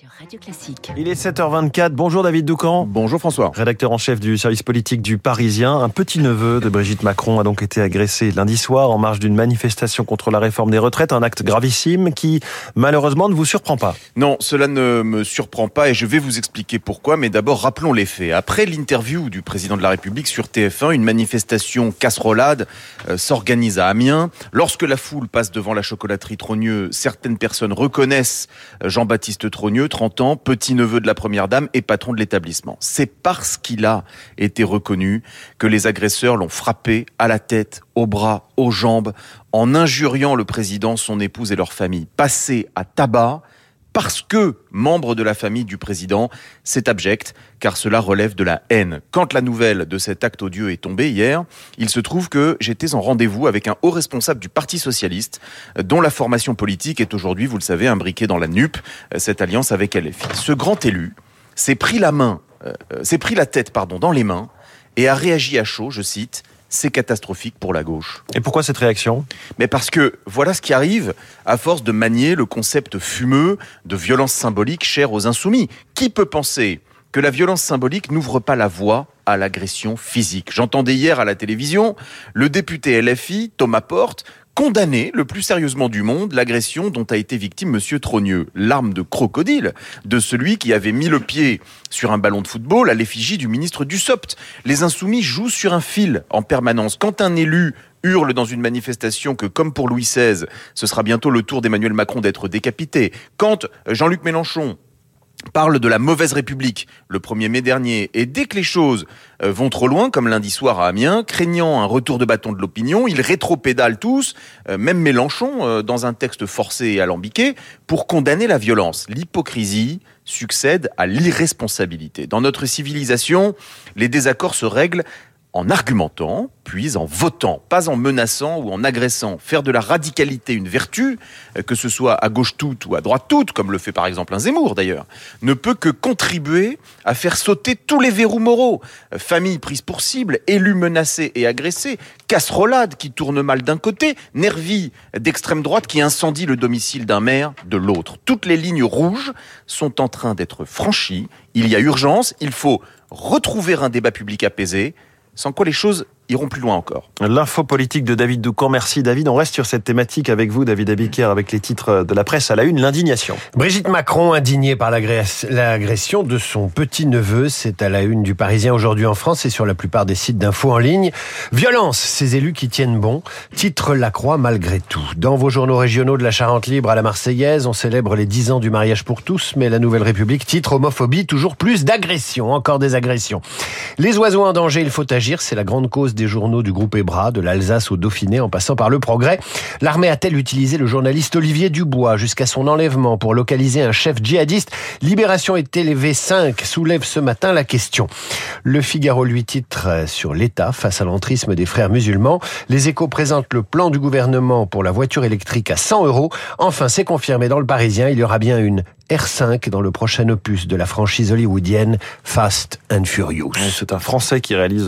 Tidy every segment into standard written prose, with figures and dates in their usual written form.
sur Radio Classique. Il est 7h24. Bonjour David Doucan. Bonjour François. Rédacteur en chef du service politique du Parisien. Un petit-neveu de Brigitte Macron a donc été agressé lundi soir en marge d'une manifestation contre la réforme des retraites. Un acte gravissime qui, malheureusement, ne vous surprend pas. Non, cela ne me surprend pas et je vais vous expliquer pourquoi. Mais d'abord, rappelons les faits. Après l'interview du président de la République sur TF1, une manifestation casserolade s'organise à Amiens. Lorsque la foule passe devant la chocolaterie Trogneux, certaines personnes reconnaissent Jean-Baptiste Trogneux, 30 ans, petit-neveu de la première dame et patron de l'établissement. C'est parce qu'il a été reconnu que les agresseurs l'ont frappé à la tête, aux bras, aux jambes, en injuriant le président, son épouse et leur famille. Passé à tabac, parce que, membre de la famille du président, c'est abject, car cela relève de la haine. Quand la nouvelle de cet acte odieux est tombée hier, il se trouve que j'étais en rendez-vous avec un haut responsable du Parti Socialiste, dont la formation politique est aujourd'hui, vous le savez, imbriquée dans la NUP, cette alliance avec LFI. Ce grand élu s'est pris la tête dans les mains, et a réagi à chaud, je cite, « C'est catastrophique pour la gauche ». Et pourquoi cette réaction ? Mais parce que voilà ce qui arrive à force de manier le concept fumeux de violence symbolique cher aux insoumis. Qui peut penser que la violence symbolique n'ouvre pas la voie à l'agression physique ? J'entendais hier à la télévision le député LFI, Thomas Porte, condamner le plus sérieusement du monde l'agression dont a été victime Monsieur Trogneux. L'arme de crocodile de celui qui avait mis le pied sur un ballon de football à l'effigie du ministre Dussopt. Les insoumis jouent sur un fil en permanence. Quand un élu hurle dans une manifestation que, comme pour Louis XVI, ce sera bientôt le tour d'Emmanuel Macron d'être décapité. Quand Jean-Luc Mélenchon parle de la mauvaise République le 1er mai dernier, et dès que les choses vont trop loin, comme lundi soir à Amiens, craignant un retour de bâton de l'opinion, ils rétropédalent tous, même Mélenchon, dans un texte forcé et alambiqué, pour condamner la violence. L'hypocrisie succède à l'irresponsabilité. Dans notre civilisation, les désaccords se règlent en argumentant, puis en votant, pas en menaçant ou en agressant. Faire de la radicalité une vertu, que ce soit à gauche toute ou à droite toute, comme le fait par exemple un Zemmour d'ailleurs, ne peut que contribuer à faire sauter tous les verrous moraux. Famille prise pour cible, élus menacés et agressés, casserolade qui tourne mal d'un côté, nervis d'extrême droite qui incendie le domicile d'un maire de l'autre. Toutes les lignes rouges sont en train d'être franchies. Il y a urgence, il faut retrouver un débat public apaisé, sans quoi les choses iront plus loin encore. L'info politique de David Doucan. Merci David. On reste sur cette thématique avec vous, David Abiker, avec les titres de la presse à la une. L'indignation. Brigitte Macron, indignée par l'agression de son petit-neveu. C'est à la une du Parisien aujourd'hui en France et sur la plupart des sites d'infos en ligne. Violence, ces élus qui tiennent bon. Titre La Croix malgré tout. Dans vos journaux régionaux de la Charente libre à la Marseillaise, on célèbre les 10 ans du mariage pour tous, mais la Nouvelle République titre homophobie, toujours plus d'agressions, encore des agressions. Les oiseaux en danger, il faut agir, c'est la grande cause des journaux du groupe Ebra, de l'Alsace au Dauphiné, en passant par Le Progrès. L'armée a-t-elle utilisé le journaliste Olivier Dubois jusqu'à son enlèvement pour localiser un chef djihadiste ? Libération et TV5 soulèvent ce matin la question. Le Figaro lui titre sur l'État face à l'entrisme des frères musulmans. Les Échos présentent le plan du gouvernement pour la voiture électrique à 100 €. Enfin, c'est confirmé dans le Parisien, il y aura bien une R5 dans le prochain opus de la franchise hollywoodienne Fast and Furious. C'est un Français qui réalise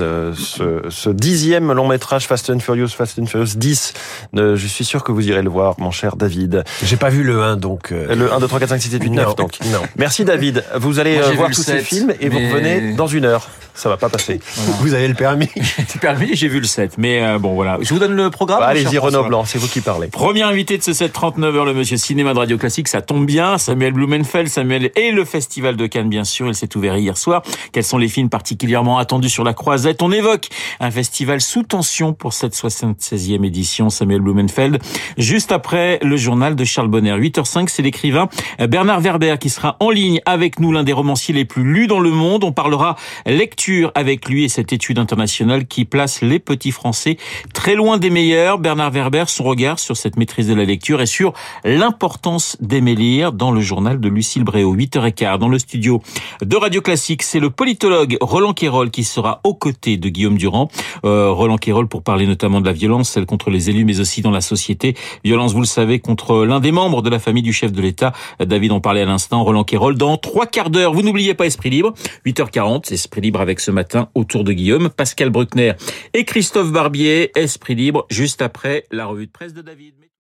ce 10e long métrage Fast and Furious 10. Je suis sûr que vous irez le voir, mon cher David. J'ai pas vu le 1, donc... Le 1, 2, 3, 4, 5, 6, 7, 8, 9, donc. Non. Merci David. Vous allez voir tous ces films et vous revenez dans 1 heure. Ça va pas passer. Voilà. Vous avez le permis. Le permis, j'ai vu le 7. Mais bon, voilà. Je vous donne le programme. Allez-y, Renaud Blanc, c'est vous qui parlez. Premier invité de ce 7-39h, le monsieur cinéma de Radio Classique. Ça tombe bien. Samuel Blumenfeld, et le Festival de Cannes, bien sûr. Il s'est ouvert hier soir. Quels sont les films particulièrement attendus sur la Croisette ? On évoque un festival sous tension pour cette 76e édition. Samuel Blumenfeld. Juste après le journal de Charles Bonner. 8h05, c'est l'écrivain Bernard Werber qui sera en ligne avec nous, l'un des romanciers les plus lus dans le monde. On parlera lecture avec lui et cette étude internationale qui place les petits Français très loin des meilleurs. Bernard Werber, son regard sur cette maîtrise de la lecture et sur l'importance d'aimer lire dans le journal de Lucille Bréau. 8h15 dans le studio de Radio Classique. C'est le politologue Roland Quérol qui sera aux côtés de Guillaume Durand. Roland Quérol pour parler notamment de la violence, celle contre les élus mais aussi dans la société. Violence, vous le savez, contre l'un des membres de la famille du chef de l'État. David en parlait à l'instant. Roland Quérol dans 3 quarts d'heure. Vous n'oubliez pas Esprit Libre. 8h40, c'est Esprit Libre avec ce matin autour de Guillaume, Pascal Bruckner et Christophe Barbier. Esprit Libre juste après la revue de presse de David.